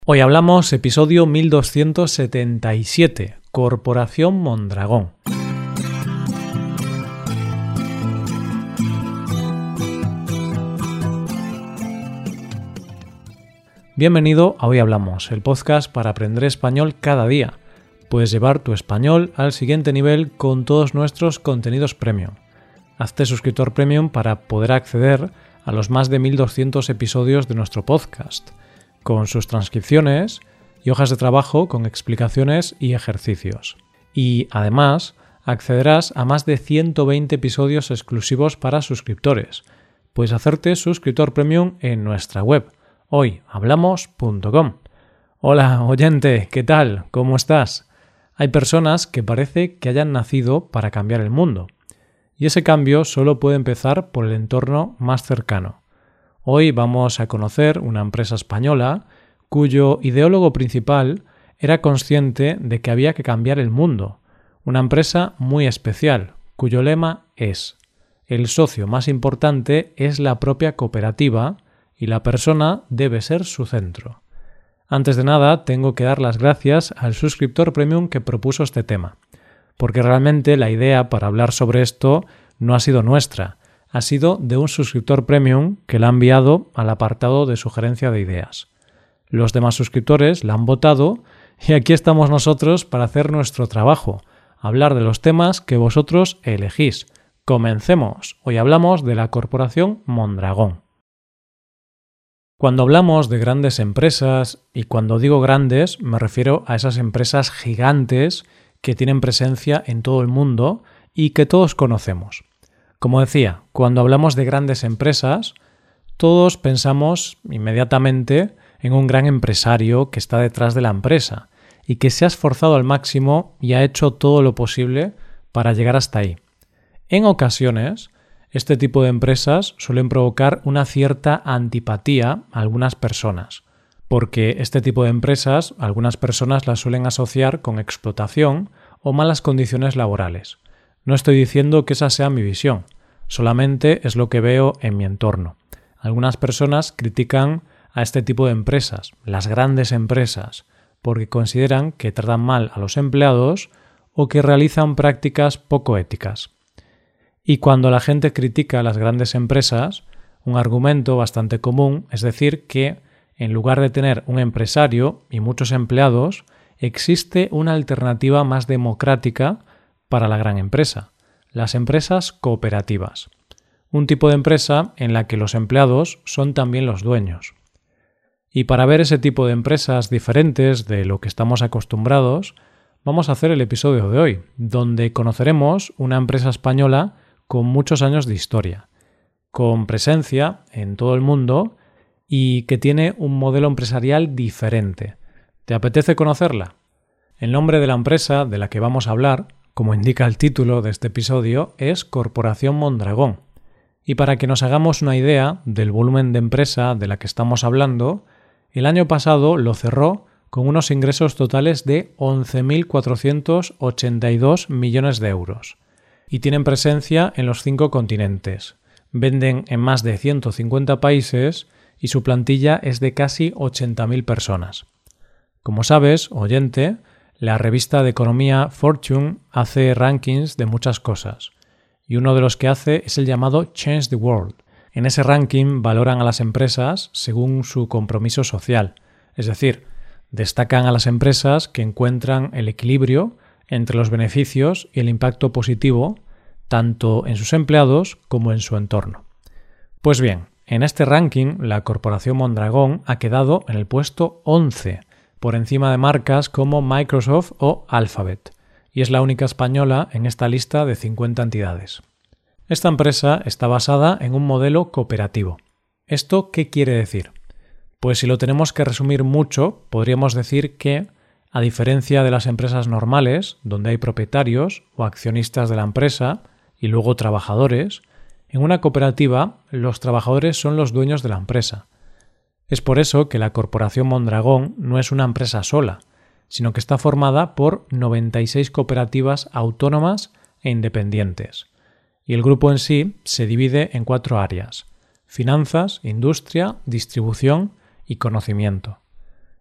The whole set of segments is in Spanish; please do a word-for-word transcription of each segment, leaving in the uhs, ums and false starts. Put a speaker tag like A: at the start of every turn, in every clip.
A: Hoy hablamos episodio mil doscientos setenta y siete, Corporación Mondragón. Bienvenido a Hoy Hablamos, el podcast para aprender español cada día. Puedes llevar tu español al siguiente nivel con todos nuestros contenidos premium. Hazte suscriptor premium para poder acceder a los más de mil doscientos episodios de nuestro podcast, con sus transcripciones y hojas de trabajo con explicaciones y ejercicios. Y además accederás a más de ciento veinte episodios exclusivos para suscriptores. Puedes hacerte suscriptor premium en nuestra web, hoy hablamos punto com. Hola oyente, ¿qué tal? ¿Cómo estás? Hay personas que parece que hayan nacido para cambiar el mundo. Y ese cambio solo puede empezar por el entorno más cercano. Hoy vamos a conocer una empresa española cuyo ideólogo principal era consciente de que había que cambiar el mundo. Una empresa muy especial, cuyo lema es: el socio más importante es la propia cooperativa y la persona debe ser su centro. Antes de nada, tengo que dar las gracias al suscriptor premium que propuso este tema, porque realmente la idea para hablar sobre esto no ha sido nuestra, ha sido de un suscriptor premium que la ha enviado al apartado de sugerencia de ideas. Los demás suscriptores la han votado y aquí estamos nosotros para hacer nuestro trabajo, hablar de los temas que vosotros elegís. Comencemos. Hoy hablamos de la Corporación Mondragón. Cuando hablamos de grandes empresas, y cuando digo grandes me refiero a esas empresas gigantes que tienen presencia en todo el mundo y que todos conocemos. Como decía, cuando hablamos de grandes empresas, todos pensamos inmediatamente en un gran empresario que está detrás de la empresa y que se ha esforzado al máximo y ha hecho todo lo posible para llegar hasta ahí. En ocasiones, este tipo de empresas suelen provocar una cierta antipatía a algunas personas, porque este tipo de empresas algunas personas las suelen asociar con explotación o malas condiciones laborales. No estoy diciendo que esa sea mi visión, solamente es lo que veo en mi entorno. Algunas personas critican a este tipo de empresas, las grandes empresas, porque consideran que tratan mal a los empleados o que realizan prácticas poco éticas. Y cuando la gente critica a las grandes empresas, un argumento bastante común es decir que, en lugar de tener un empresario y muchos empleados, existe una alternativa más democrática para la gran empresa, las empresas cooperativas. Un tipo de empresa en la que los empleados son también los dueños. Y para ver ese tipo de empresas diferentes de lo que estamos acostumbrados, vamos a hacer el episodio de hoy, donde conoceremos una empresa española con muchos años de historia, con presencia en todo el mundo y que tiene un modelo empresarial diferente. ¿Te apetece conocerla? El nombre de la empresa de la que vamos a hablar, como indica el título de este episodio, es Corporación Mondragón. Y para que nos hagamos una idea del volumen de empresa de la que estamos hablando, el año pasado lo cerró con unos ingresos totales de once mil cuatrocientos ochenta y dos millones de euros. Y tienen presencia en los cinco continentes. Venden en más de ciento cincuenta países y su plantilla es de casi ochenta mil personas. Como sabes, oyente, la revista de economía Fortune hace rankings de muchas cosas. Y uno de los que hace es el llamado Change the World. En ese ranking valoran a las empresas según su compromiso social. Es decir, destacan a las empresas que encuentran el equilibrio entre los beneficios y el impacto positivo, tanto en sus empleados como en su entorno. Pues bien, en este ranking la Corporación Mondragón ha quedado en el puesto once, por encima de marcas como Microsoft o Alphabet, y es la única española en esta lista de cincuenta entidades. Esta empresa está basada en un modelo cooperativo. ¿Esto qué quiere decir? Pues si lo tenemos que resumir mucho, podríamos decir que, a diferencia de las empresas normales, donde hay propietarios o accionistas de la empresa y luego trabajadores, en una cooperativa los trabajadores son los dueños de la empresa. Es por eso que la Corporación Mondragón no es una empresa sola, sino que está formada por noventa y seis cooperativas autónomas e independientes. Y el grupo en sí se divide en cuatro áreas: finanzas, industria, distribución y conocimiento.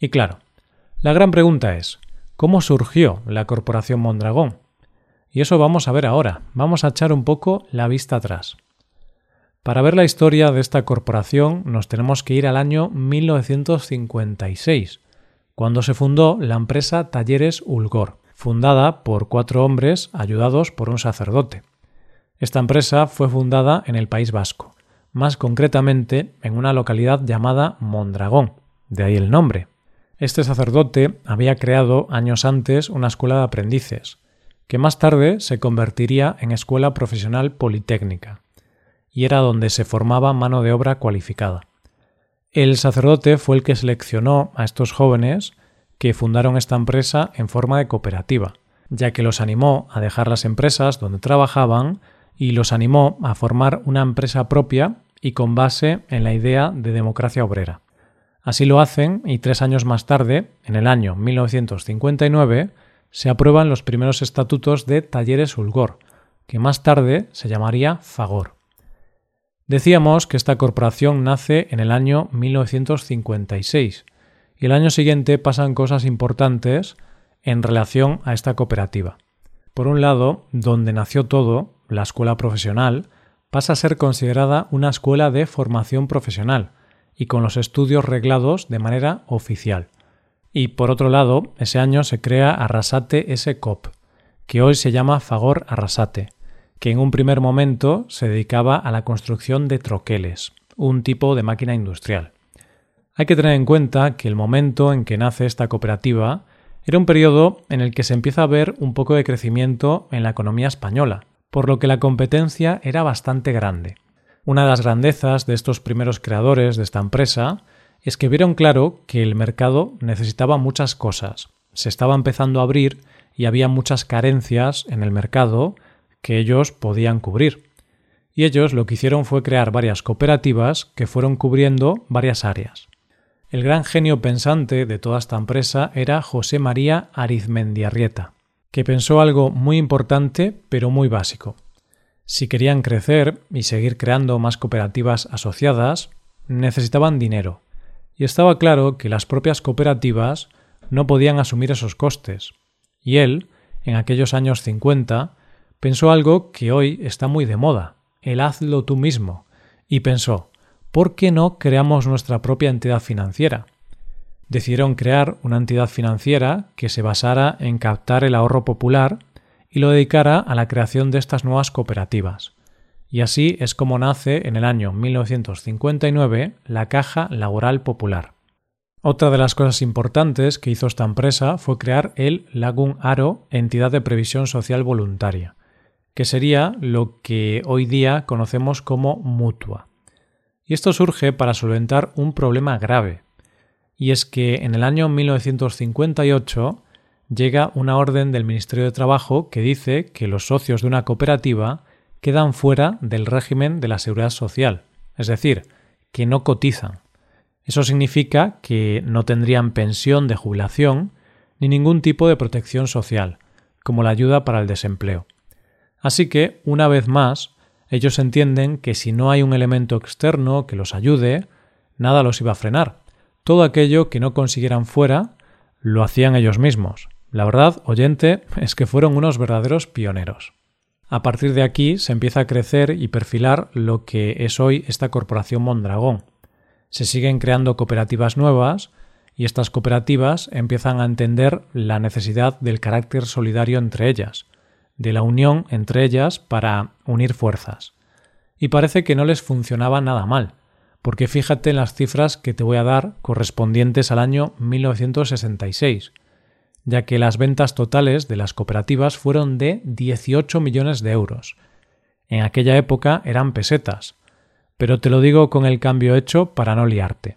A: Y claro, la gran pregunta es, ¿cómo surgió la Corporación Mondragón? Y eso vamos a ver ahora, vamos a echar un poco la vista atrás. Para ver la historia de esta corporación nos tenemos que ir al año mil novecientos cincuenta y seis, cuando se fundó la empresa Talleres Ulgor, fundada por cuatro hombres ayudados por un sacerdote. Esta empresa fue fundada en el País Vasco, más concretamente en una localidad llamada Mondragón, de ahí el nombre. Este sacerdote había creado años antes una escuela de aprendices, que más tarde se convertiría en escuela profesional politécnica, y era donde se formaba mano de obra cualificada. El sacerdote fue el que seleccionó a estos jóvenes que fundaron esta empresa en forma de cooperativa, ya que los animó a dejar las empresas donde trabajaban y los animó a formar una empresa propia y con base en la idea de democracia obrera. Así lo hacen y tres años más tarde, en el año mil novecientos cincuenta y nueve, se aprueban los primeros estatutos de Talleres Ulgor, que más tarde se llamaría Fagor. Decíamos que esta corporación nace en el año mil novecientos cincuenta y seis y el año siguiente pasan cosas importantes en relación a esta cooperativa. Por un lado, donde nació todo, la escuela profesional, pasa a ser considerada una escuela de formación profesional y con los estudios reglados de manera oficial. Y por otro lado, ese año se crea Arrasate S C O P, que hoy se llama Fagor Arrasate, que en un primer momento se dedicaba a la construcción de troqueles, un tipo de máquina industrial. Hay que tener en cuenta que el momento en que nace esta cooperativa era un periodo en el que se empieza a ver un poco de crecimiento en la economía española, por lo que la competencia era bastante grande. Una de las grandezas de estos primeros creadores de esta empresa es que vieron claro que el mercado necesitaba muchas cosas. Se estaba empezando a abrir y había muchas carencias en el mercado que ellos podían cubrir. Y ellos lo que hicieron fue crear varias cooperativas que fueron cubriendo varias áreas. El gran genio pensante de toda esta empresa era José María Arizmendiarrieta, que pensó algo muy importante pero muy básico. Si querían crecer y seguir creando más cooperativas asociadas, necesitaban dinero. Y estaba claro que las propias cooperativas no podían asumir esos costes. Y él, en aquellos años cincuenta, pensó algo que hoy está muy de moda, el hazlo tú mismo, y pensó, ¿por qué no creamos nuestra propia entidad financiera? Decidieron crear una entidad financiera que se basara en captar el ahorro popular y lo dedicara a la creación de estas nuevas cooperativas. Y así es como nace en el año mil novecientos cincuenta y nueve la Caja Laboral Popular. Otra de las cosas importantes que hizo esta empresa fue crear el Lagun Aro, entidad de previsión social voluntaria, que sería lo que hoy día conocemos como mutua. Y esto surge para solventar un problema grave, y es que en el año mil novecientos cincuenta y ocho llega una orden del Ministerio de Trabajo que dice que los socios de una cooperativa quedan fuera del régimen de la Seguridad Social, es decir, que no cotizan. Eso significa que no tendrían pensión de jubilación ni ningún tipo de protección social, como la ayuda para el desempleo. Así que, una vez más, ellos entienden que si no hay un elemento externo que los ayude, nada los iba a frenar. Todo aquello que no consiguieran fuera, lo hacían ellos mismos. La verdad, oyente, es que fueron unos verdaderos pioneros. A partir de aquí se empieza a crecer y perfilar lo que es hoy esta Corporación Mondragón. Se siguen creando cooperativas nuevas y estas cooperativas empiezan a entender la necesidad del carácter solidario entre ellas, de la unión entre ellas para unir fuerzas. Y parece que no les funcionaba nada mal, porque fíjate en las cifras que te voy a dar correspondientes al año mil novecientos sesenta y seis, ya que las ventas totales de las cooperativas fueron de dieciocho millones de euros. En aquella época eran pesetas, pero te lo digo con el cambio hecho para no liarte.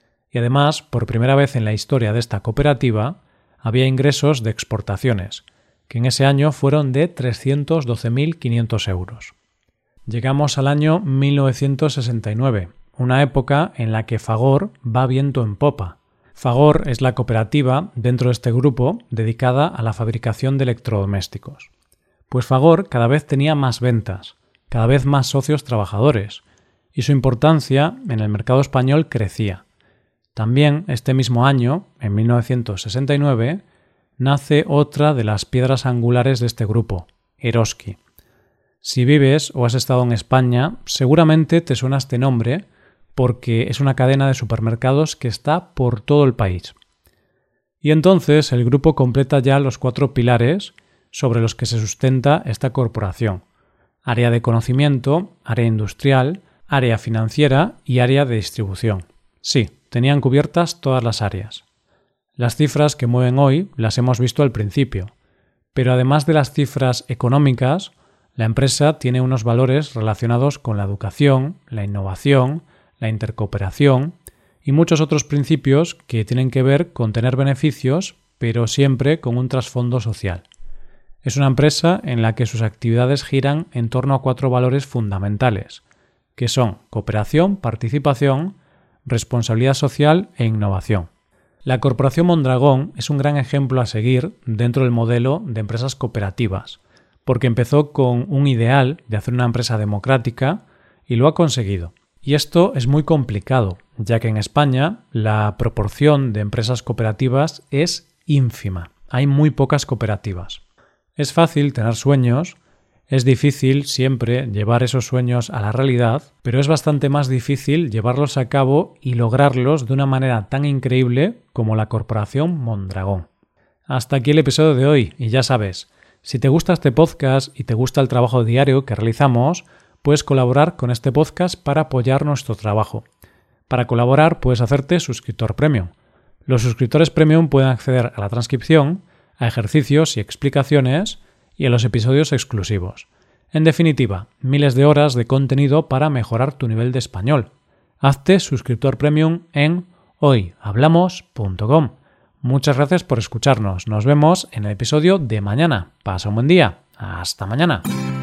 A: Y además, por primera vez en la historia de esta cooperativa, había ingresos de exportaciones, que en ese año fueron de trescientos doce mil quinientos euros. Llegamos al año mil novecientos sesenta y nueve, una época en la que Fagor va viento en popa. Fagor es la cooperativa dentro de este grupo dedicada a la fabricación de electrodomésticos. Pues Fagor cada vez tenía más ventas, cada vez más socios trabajadores, y su importancia en el mercado español crecía. También este mismo año, en mil novecientos sesenta y nueve, nace otra de las piedras angulares de este grupo, Eroski. Si vives o has estado en España, seguramente te suena este nombre porque es una cadena de supermercados que está por todo el país. Y entonces el grupo completa ya los cuatro pilares sobre los que se sustenta esta corporación: área de conocimiento, área industrial, área financiera y área de distribución. Sí, tenían cubiertas todas las áreas. Las cifras que mueven hoy las hemos visto al principio, pero además de las cifras económicas, la empresa tiene unos valores relacionados con la educación, la innovación, la intercooperación y muchos otros principios que tienen que ver con tener beneficios, pero siempre con un trasfondo social. Es una empresa en la que sus actividades giran en torno a cuatro valores fundamentales, que son cooperación, participación, responsabilidad social e innovación. La Corporación Mondragón es un gran ejemplo a seguir dentro del modelo de empresas cooperativas, porque empezó con un ideal de hacer una empresa democrática y lo ha conseguido. Y esto es muy complicado, ya que en España la proporción de empresas cooperativas es ínfima. Hay muy pocas cooperativas. Es fácil tener sueños, es difícil siempre llevar esos sueños a la realidad, pero es bastante más difícil llevarlos a cabo y lograrlos de una manera tan increíble como la Corporación Mondragón. Hasta aquí el episodio de hoy, y ya sabes, si te gusta este podcast y te gusta el trabajo diario que realizamos, puedes colaborar con este podcast para apoyar nuestro trabajo. Para colaborar puedes hacerte suscriptor premium. Los suscriptores premium pueden acceder a la transcripción, a ejercicios y explicaciones y a los episodios exclusivos. En definitiva, miles de horas de contenido para mejorar tu nivel de español. Hazte suscriptor premium en hoy hablamos punto com. Muchas gracias por escucharnos. Nos vemos en el episodio de mañana. Pasa un buen día. Hasta mañana.